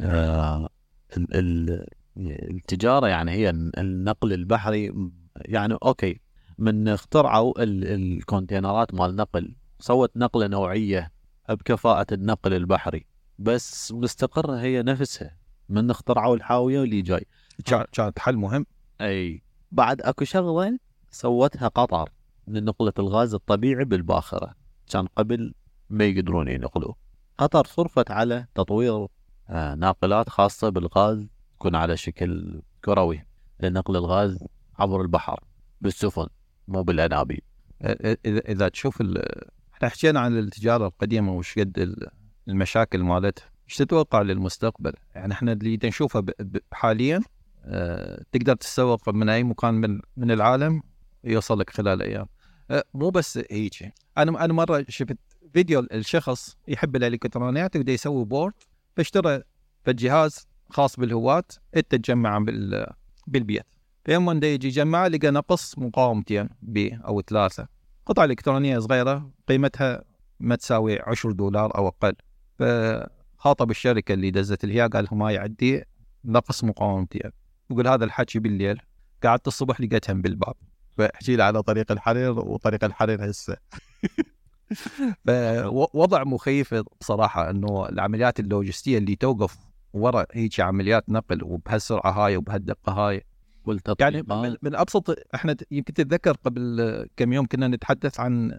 التجارة يعني هي النقل البحري. يعني أوكي، من اخترعوا الكونتينرات مال نقل سوت نقلة نوعية بكفاءة النقل البحري، بس مستقرة هي نفسها من اخترعوا الحاوية واللي جاي. كانت حل مهم. أي بعد أكو شغلة سوتها قطر لنقلة الغاز الطبيعي بالباخرة، كان قبل ما يقدرون ينقلوه. قطر صرفت على تطوير ناقلات خاصة بالغاز تكون على شكل كروي لنقل الغاز عبر البحر بالسفن مو بالأنابيب. إذا تشوف احنا حكينا عن التجارة القديمة وش قد المشاكل مالتها، ايش تتوقع للمستقبل؟ يعني احنا اللي نشوفه حاليا تقدر تسوق من أي مكان من العالم يوصلك خلال أيام. مو بس هيك، أنا مرة شفت فيديو الشخص يحب الإلكترونيات وده يسوي بورد، فاشترى جهاز خاص بالهواة انت تجمعه بالبيت. فيوم ده يجي يجمعه لقى نقص مقاومتين أو 3 قطعة إلكترونية صغيرة قيمتها ما تساوي $10 أو أقل. فخاطب الشركة اللي دزت الهيا قال لهم ما يعدي نقص مقاومتين. يقول هذا الحكي بالليل، قعدت الصبح لقيتهم بالباب. فاحكي لي على طريق الحرير وطريق الحرير هسه. وضع مخيف بصراحة، انه العمليات اللوجستية اللي توقف وراء هيك عمليات نقل وبهالسرعة هاي وبهالدقة هاي يعني من ابسط. احنا يمكن تتذكر قبل كم يوم كنا نتحدث عن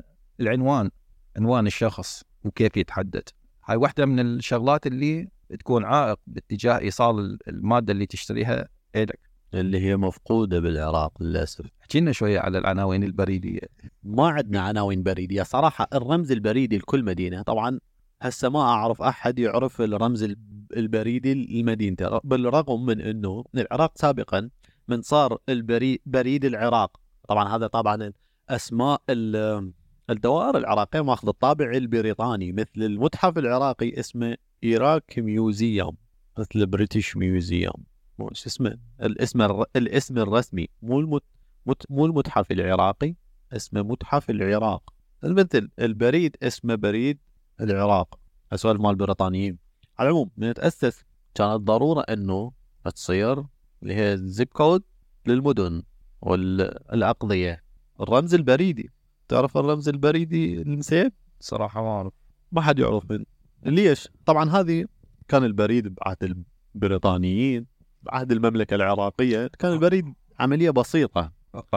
عنوان الشخص وكيف يتحدد. هاي واحدة من الشغلات اللي تكون عائق باتجاه ايصال المادة اللي تشتريها إليك، اللي هي مفقودة بالعراق للأسف. حكينا شوية على العناوين البريدية. ما عندنا عناوين بريدية صراحة. الرمز البريدي لكل مدينة، طبعا هسه ما أعرف أحد يعرف الرمز البريدي لمدينته، بالرغم من أنه العراق سابقا من صار بريد العراق. طبعا هذا طبعا أسماء الدوائر العراقية ماخذ الطابع البريطاني، مثل المتحف العراقي اسمه إيراك ميوزيوم، مثل بريتش ميوزيوم. شو اسمه الاسم الرسمي مو المتحف العراقي، اسمه متحف العراق. مثل البريد اسمه بريد العراق، اسوال مال البريطانيين. على العموم من تأسس كانت ضرورة انه تصير اللي هي الزيب كود للمدن والأقضية. الرمز البريدي، تعرف الرمز البريدي المسيب؟ صراحة ما أعرف، ما حد يعرف من ليش. طبعا هذه كان البريد بعهد البريطانيين، بعهد المملكة العراقية كان البريد عملية بسيطة.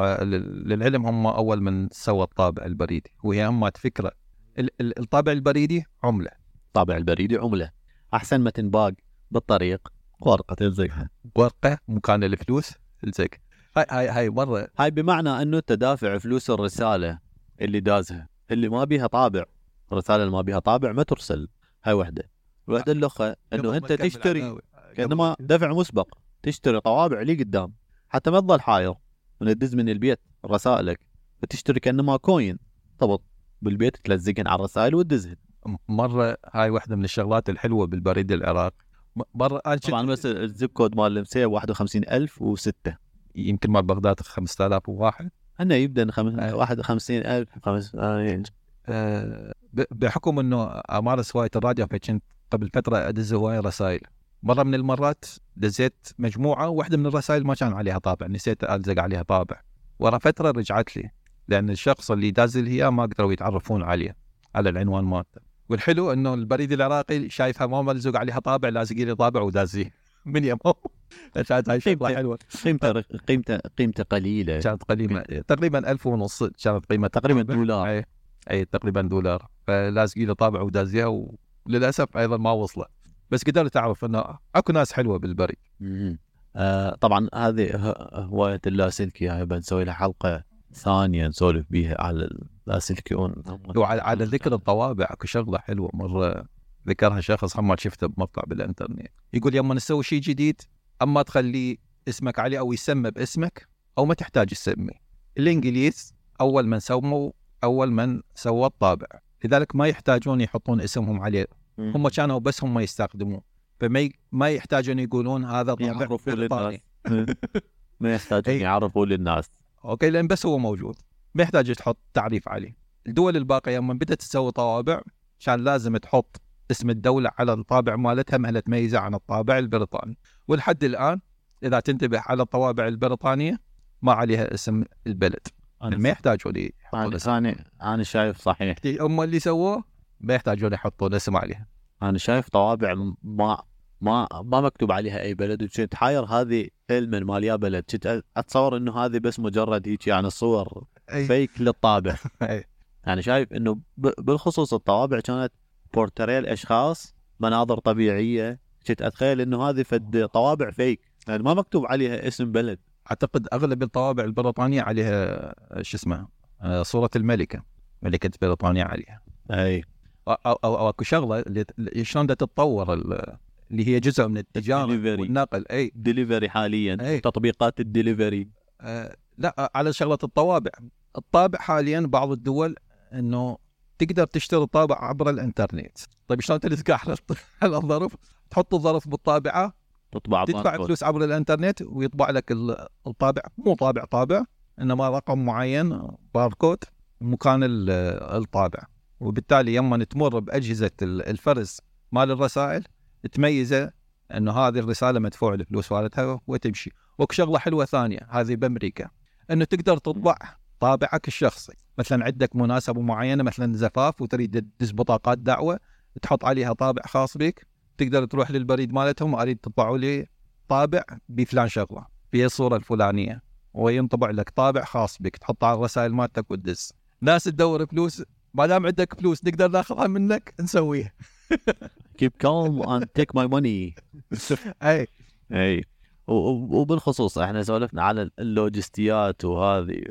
للعلم هم أول من سوى الطابع البريدي، وهي أما فكرة الطابع البريدي عملة. الطابع البريدي عملة، أحسن ما تنباق بالطريق ورقة تلزقها، ورقة مكان الفلوس تلزق. هاي مرة، هاي بمعنى أنه تدافع فلوس الرسالة اللي دازها، اللي ما بيها طابع، الرسالة اللي ما بيها طابع ما ترسل. هاي وحدة الأخرى أنه أنت تشتري كأنما دفع مسبق، تشتري طوابع لي قدام حتى ما تظل حاير من تدز من البيت رسائلك، وتشتري كأنما كوين طبط بالبيت تلزقهن على الرسائل وتدزهن. مرة هاي واحدة من الشغلات الحلوة بالبريد العراق، برا طبعا بس الزب كود مال الامسيه 51006. يمكن مال بغداد 5001. هنا يبدا 51000 بحكم انه امارس هوايه الراديو، فكنت قبل فتره ادز هوايه رسائل. مره من المرات دزيت مجموعه، واحده من الرسائل ما كان عليها طابع، نسيت الزق عليها طابع. ورا فتره رجعت لي، لان الشخص اللي داز لي هي ما قدروا يتعرفون عليه على العنوان مالته. والحلو انه البريد العراقي شايفها ما ملزوق عليها طابع، لازق لي طابع ودازيه من يمه. كانت هاي شغله حلوه. قيمته قليله، كانت قليله تقريبا 1500، كانت قيمه تقريبا $1. اي تقريبا $1. فلازق لي طابع ودازيها، وللاسف ايضا ما وصله. بس قدرت اعرف انه اكو ناس حلوه بالبريد. طبعا هذه هوايه اللاسلكي، هاي بنسوي لها حلقه ثانيه نسولف بيها على اللاسلكيون. وعلى ذكر الطوابع اكو شغله حلوه مره ذكرها شخص هم شفته بمقطع بالانترنت، يقول يوم نسوي شيء جديد اما تخلي اسمك عليه او يسمى باسمك او ما تحتاج تسمي. الانجليز اول من سووا الطابع، لذلك ما يحتاجون يحطون اسمهم عليه، هم كانوا بس هم يستخدمون، فما يحتاجون يقولون هذا طابع بريطاني. ما يحتاجون يعرفوا للناس. اوكي، لان بس هو موجود، ما يحتاج تحط تعريف عليه. الدول الباقيه لما بدات تسوي طوابع كان لازم تحط اسم الدوله على الطابع مالتها مهله تميزه عن الطابع البريطاني. ولحد الان اذا تنتبه على الطوابع البريطانيه ما عليها اسم البلد، ما يحتاجوا لي انا شايف صحيح هم اللي سووه ما يحتاجون يحطون اسم عليها. انا شايف طوابع ما مكتوب عليها اي بلد، وكنت حاير هذه فيلم ماليا بلد، كنت اتصور انه هذه بس مجرد هيك يعني صور فيك للطابع. يعني شايف انه بالخصوص الطوابع كانت بورتريال اشخاص، مناظر طبيعيه، كنت اتخيل انه هذه فد طوابع فيك يعني ما مكتوب عليها اسم بلد. اعتقد اغلب الطوابع البريطانيه عليها شو اسمها صوره ملكه بريطانيا عليها. اي او اكو شغله اللي شلون بدها تتطور اللي هي جزء من التجاره والنقل. اي ديليفري حاليا تطبيقات الديليفري. لا، على شغله الطابع حاليا بعض الدول انه تقدر تشتري طابع عبر الانترنت. طيب شلون تلزق على الظرف؟ تحط الظرف بالطابعه، تدفع فلوس عبر الانترنت ويطبع لك الطابع، مو طابع انما رقم معين باركود مكان الطابع. وبالتالي يوم تمر باجهزه الفرز مال الرسائل تميزه انه هذه الرساله مدفوع الفلوس مالتها وتمشي. وشغله حلوه ثانيه هذه بامريكا، انه تقدر تطبع طابعك الشخصي. مثلا عندك مناسبه معينه مثلا زفاف وتريد تدز بطاقات دعوه، تحط عليها طابع خاص بك، تقدر تروح للبريد مالتهم اريد تطبعوا لي طابع بفلان شغله فيها الصوره الفلانيه، وينطبع لك طابع خاص بك تحطه على الرسائل مالتك وتدز. ناس تدور فلوس، ما دام عندك فلوس نقدر ناخذها منك نسويها. keep calm and take my money. اي وبالخصوص احنا سولفنا على اللوجستيات وهذه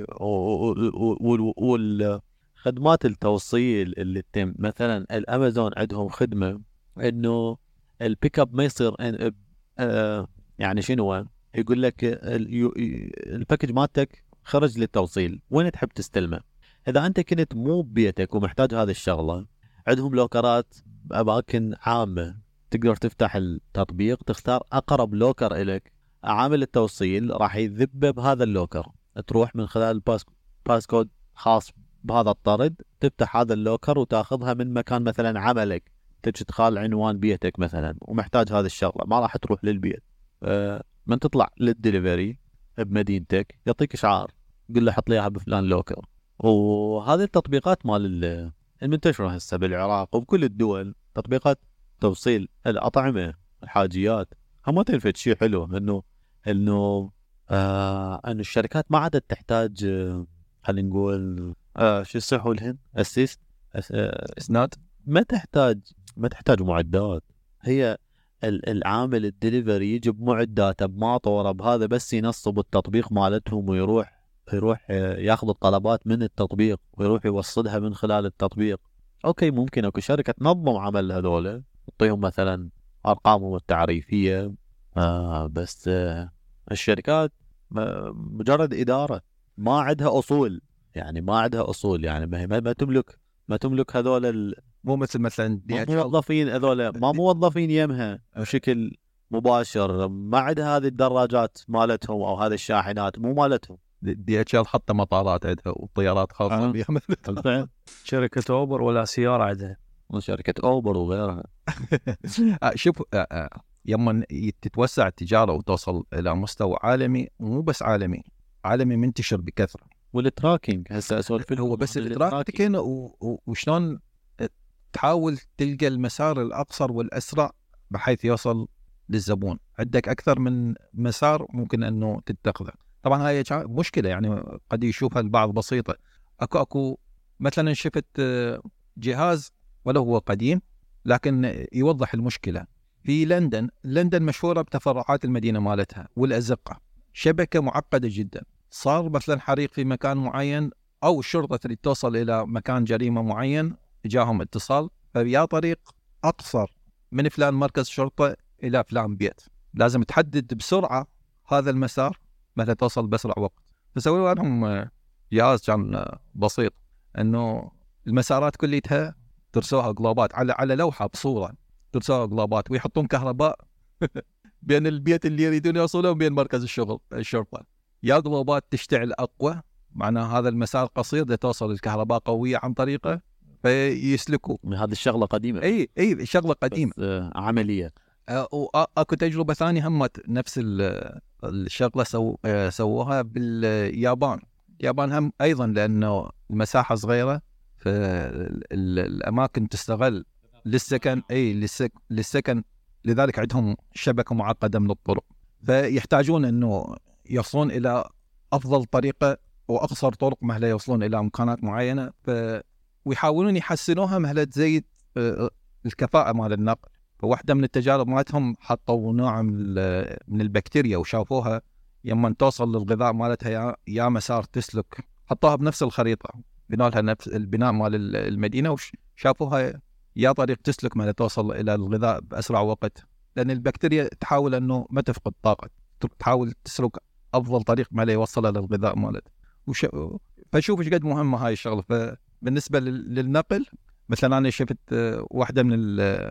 والخدمات التوصيل اللي تتم. مثلا الامازون عندهم خدمه انه البيك اب ما يصير يعني شنو، يقول لك الباكج مالتك خرج للتوصيل، وين تحب تستلمه؟ اذا انت كنت مو ببيتك ومحتاج هذه الشغله، عندهم لوكرات باماكن عامه، تقدر تفتح التطبيق تختار اقرب لوكر الك، عامل التوصيل راح يذبه بهذا اللوكر، تروح من خلال باسكود خاص بهذا الطرد تفتح هذا اللوكر وتاخذها من مكان مثلا عملك، تدخل عنوان بيتك مثلا ومحتاج هذه الشغله، ما راح تروح للبيت. من تطلع للدليفري بمدينتك يعطيك اشعار قل له حط لي اياها بفلان لوكر. وهذه التطبيقات مال المنتشره هسه بالعراق وبكل الدول، تطبيقات توصيل الأطعمة الحاجيات، هم تنفذ شيء حلو انه ان الشركات ما عادت تحتاج خلينا نقول شو يصيحوا لهن اسناد، ما تحتاج معدات. هي العامل الدليفري يجي بمعداته بماطوره بهذا، بس ينصب التطبيق مالتهم ويروح ياخذ الطلبات من التطبيق ويروح يوصلها من خلال التطبيق. اوكي ممكن اكو شركه تنظم عمل هذول، تعطيهم مثلا ارقامهم التعريفيه، بس الشركات مجرد اداره، ما عندها اصول، يعني ما تملك هذول مو مثلا ما موظفين هذول، ما موظفين يمها بشكل مباشر، ما عندها هذه الدراجات مالتهم او هذه الشاحنات مو مالتهم. DHL حتى مطارات عندها وطيارات خاصه بها. شركة أوبر ولا سيارة عندها. وشركة اوبر وغيرها. شوف يوم تتوسع التجاره وتوصل الى مستوى عالمي، مو بس عالمي منتشر بكثره. والتراكينج هسه اسولف هو بس التراكينج وشلون تحاول تلقى المسار الاقصر والاسرع بحيث يوصل للزبون. عندك اكثر من مسار ممكن انه تتخذه. طبعا هاي مشكله يعني قد يشوفها البعض بسيطه. اكو مثلا شفت جهاز ولو هو قديم لكن يوضح المشكله. في لندن مشهوره بتفرعات المدينه مالتها والازقه، شبكه معقده جدا. صار مثلا حريق في مكان معين او الشرطه تريد توصل الى مكان جريمه معين، جاهم اتصال فيا طريق اقصر من فلان مركز شرطه الى فلان بيت، لازم تحدد بسرعه هذا المسار مثلا توصل باسرع وقت. فسووا لهم جهاز كان بسيط انه المسارات كلها ترسوها جلوبات على لوحه بصوره، ترسوها جلوبات ويحطون كهرباء بين البيت اللي يريدون يوصلون وبين مركز الشرطه. يا جلوبات تشتعل اقوى معناه هذا المسار قصير ده توصل الكهرباء قويه عن طريقه فيسلكوا. هذه الشغله قديمه. اي شغله قديمه عمليه. واكو تجربه ثانيه هم نفس الشغله سووها باليابان. اليابان هم ايضا لانه المساحه صغيره فالاماكن تستغل للسكن. للسكن لذلك عندهم شبكه معقده من الطرق، فيحتاجون انه يوصلون الى افضل طريقه واقصر طرق مهلا يوصلون الى مكانات معينه، ويحاولون يحسنوها مهلا تزيد الكفاءه مال النقل. فواحده من التجارب مالتهم حطوا نوع من البكتيريا وشافوها لما توصل للغذاء مالتها يا مسار تسلك، حطوها بنفس الخريطه، بنوا لها نفس البناء مال المدينه وشافوها يا طريق تسلك ما توصل الى الغذاء باسرع وقت، لان البكتيريا تحاول انه ما تفقد طاقه، تحاول تسلك افضل طريق ما يوصلها للغذاء مالته. فشوف ايش قد مهمه هاي الشغله. فبالنسبه للنقل مثلا انا شفت واحده من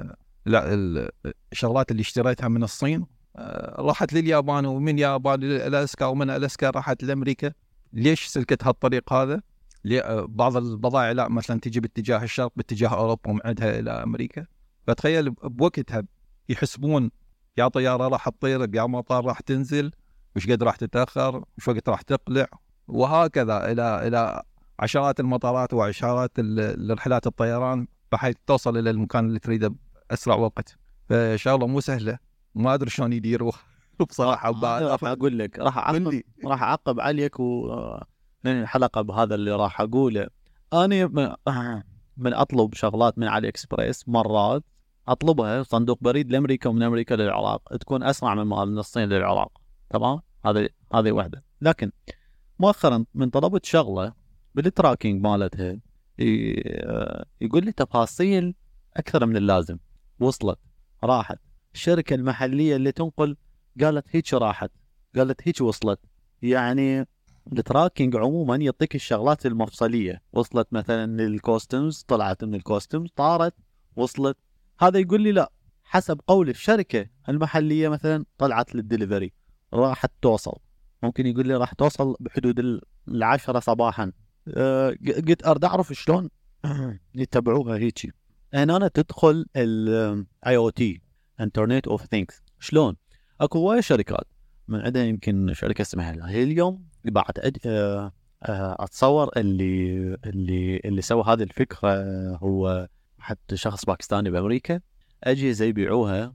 الشغلات اللي اشتريتها من الصين راحت لليابان، ومن اليابان للاسكا، ومن الاسكا راحت لامريكا. ليش سلكت هالطريق هذا؟ بعض البضائع لا مثلا تجي باتجاه الشرق باتجاه اوروبا ومعدها الى امريكا، فتخيل بوقتها يحسبون يا طياره راح تطير يا مطار راح تنزل، وش قد راح تتاخر، وش وقت راح تقلع، وهكذا الى عشرات المطارات وعشرات الرحلات الطيران بحيث توصل الى المكان اللي تريده باسرع وقت. فشغله مو سهله، ما ادري شلون يديروها بصراحه. راح اقول لك راح اعقب عليك الحلقه بهذا اللي راح اقوله. انا من اطلب شغلات من علي اكسبريس مرات اطلبها صندوق بريد لامريكا ومن امريكا للعراق تكون اسرع من الصين للعراق. تمام، هذه واحده. لكن مؤخرا من طلبت شغله بالتراكينج مالتها يقول لي تفاصيل اكثر من اللازم. وصلت راحت الشركه المحليه اللي تنقل قالت هيك راحت، قالت هيك وصلت. يعني التراكينج عموما يعطيك الشغلات المفصليه. وصلت مثلا للكوستمز، طلعت من الكوستمز طارت وصلت. هذا يقول لي لا، حسب قول الشركه المحليه مثلا طلعت للدليفري راحت توصل. ممكن يقول لي راح توصل بحدود 10 صباحا. قلت اريد اعرف شلون يتبعوها هيك. هنا تدخل الاي او تي، انترنت اوف ثينكس. شلون؟ اكو وايد شركات من عندها، يمكن شركه اسمها هيليوم بعد اتصور اللي سوى هذه الفكره هو حتى شخص باكستاني بامريكا. اجهزه يبيعوها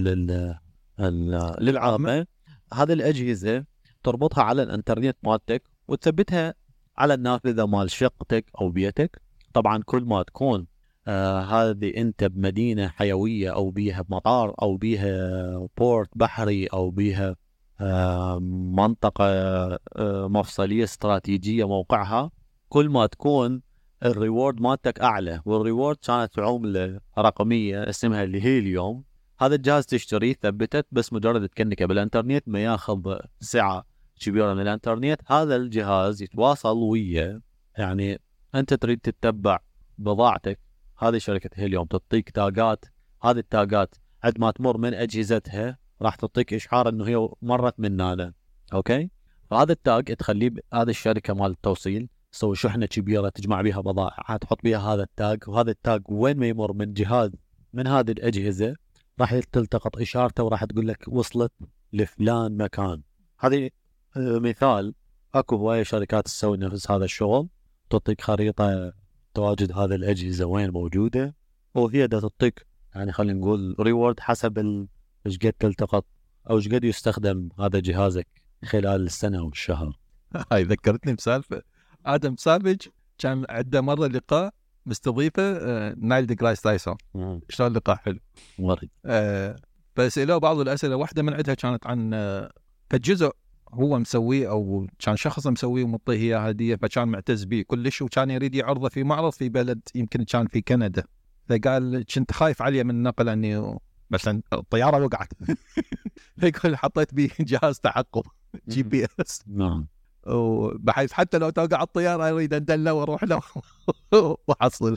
للعامه. هذه الاجهزه تربطها على الانترنت مالتك وتثبتها على النافذه مال شقتك او بيتك. طبعا كل ما تكون هذه انت بمدينه حيويه او بيها بمطار او بيها بورت بحري او بيها منطقه مفصليه استراتيجيه موقعها، كل ما تكون الريورد مالتك اعلى. والريورد كانت عمله رقميه اسمها الهيليوم. هذا الجهاز تشتريه ثبتت بس مجرد تكنكه بالانترنت، ما ياخذ سعه كبيره من الانترنت. هذا الجهاز يتواصل ويا، يعني انت تريد تتبع بضاعتك، هذه شركة هيليوم تعطيك تاجات. هذه التاجات عند ما تمر من أجهزتها راح تعطيك إشعار إنه هي مرت من هنا. أوكي، فهذا التاج تخليه هذه الشركة مال التوصيل تسوي شحنة كبيرة تجمع بها بضائع، تحط بها هذا التاج، وهذا التاج وين ما يمر من جهاز من هذه الأجهزة راح تلتقط إشارته وراح تقول لك وصلت لفلان مكان. هذه مثال. اكو هواية شركات تسوي نفس هذا الشغل، تعطيك خريطة تواجد هذه الأجهزة وين موجودة، وهي دا تعطيك يعني خلينا نقول ريورد حسب ايش قد تلتقط او ايش قد يستخدم هذا جهازك خلال السنة او الشهر. هاي ذكرتني بسالفة آدم سافيج، كان عنده مرة لقاء مستضيفه نايل دي جرايس تايسون. شلون اللقاء حلو ورد. فسألوه بعض الأسئلة، واحدة من عندها كانت عن كجزء هو مسويه أو كان شخص مسويه ومعطيه إياه هدية، فكان معتز به كلش وكان يريد يعرضه في معرض في بلد يمكن كان في كندا. فقال كنت خايف عليه من النقل أني مثلا الطيارة وقعت فيقول حطيت به جهاز تعقب GPS. نعم. وبحيث حتى لو توقع الطيارة يريد أندله وأروح له وحصل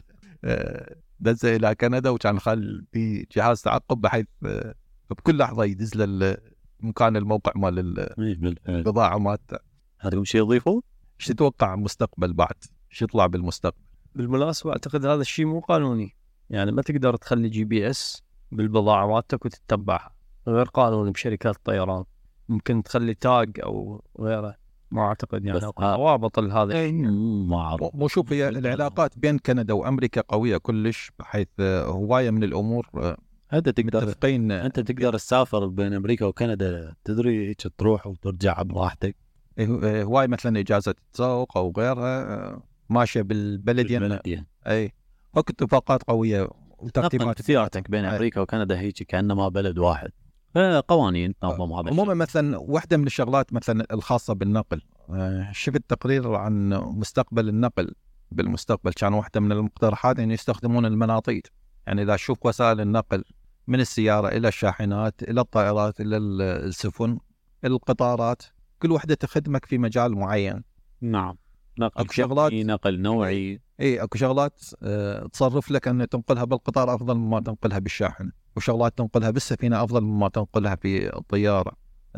دزه إلى كندا، وكان خال في جهاز تعقب بحيث بكل لحظة يدز له مكان الموقع مال البضاعة مالته. هذا شيء يضيفه؟ ايش تتوقع المستقبل بعد؟ ايش يطلع بالمستقبل؟ بالمناسبة أعتقد هذا الشيء مو قانوني، يعني ما تقدر تخلي GPS بالبضاعة مالتك وتتبعها، غير قانوني بشركات الطيران. ممكن تخلي تاج أو غيره، ما أعتقد يعني ضوابط لهذا. ما أعرف. مو شوف، هي العلاقات بين كندا وأمريكا قوية كلش، بحيث هواية من الأمور أنت تقدر تسافر بين أمريكا وكندا، تدري هيك تروح وترجع براحتك. هواية مثلا إجازة تسوق أو غيرها ماشية بالبلد أي أكو اتفاقات قوية وترتيبات سيارتك بين أمريكا وكندا هيك كأنما بلد واحد. قوانين تنظم هذا. عموما مثلا واحدة من الشغلات مثلا الخاصة بالنقل، شفت تقرير عن مستقبل النقل بالمستقبل، كان واحدة من المقترحات أن يستخدمون المناطيد. يعني إذا شوف وسائل النقل من السيارة إلى الشاحنات إلى الطائرات إلى السفن القطارات، كل وحدة تخدمك في مجال معين. نعم. اكو شغلات نقل نوعي، اكو شغلات تصرف لك ان تنقلها بالقطار افضل مما تنقلها بالشاحن، وشغلات تنقلها بالسفينه افضل مما تنقلها في الطياره.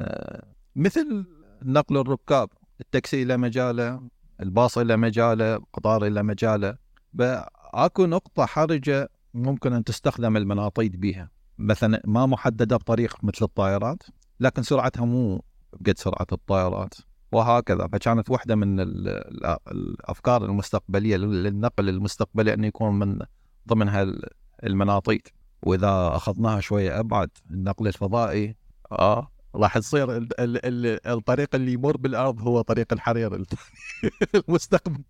مثل نقل الركاب، التاكسي الى مجاله، الباص الى مجاله، القطار الى مجاله. اكو نقطه حرجه ممكن ان تستخدم المناطيد بها، مثلا ما محدده بطريق مثل الطائرات، لكن سرعتها مو بقد سرعه الطائرات وهكذا. فكانت واحدة من الأفكار المستقبلية للنقل المستقبلي أن يكون من ضمنها المناطيد. وإذا أخذناها شوية أبعد، النقل الفضائي راح تصير الطريق اللي يمر بالأرض هو طريق الحرير المستقبلي.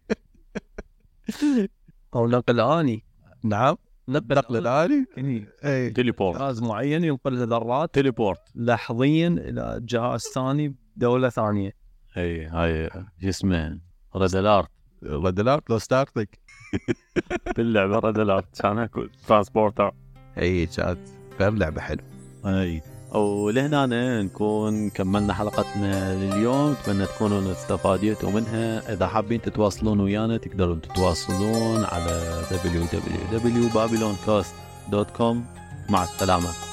أو نقل آني. نعم، نقل الآلي، تيليبورت، جهاز معين ينقل ذرات تيليبورت لحظيا إلى جهاز ثاني دولة ثانية. هاي اسمه ريد الارت لو ستارتك باللعبة ريد الارت كان اكو ترانسبورتر. كانت لعبة حلوة. ولهنا نكون كملنا حلقتنا لليوم. اتمنى تكونوا استفاديتوا منها. اذا حابين تتواصلون ويانا تقدرون تتواصلون على www.babyloncast.com. مع السلامة.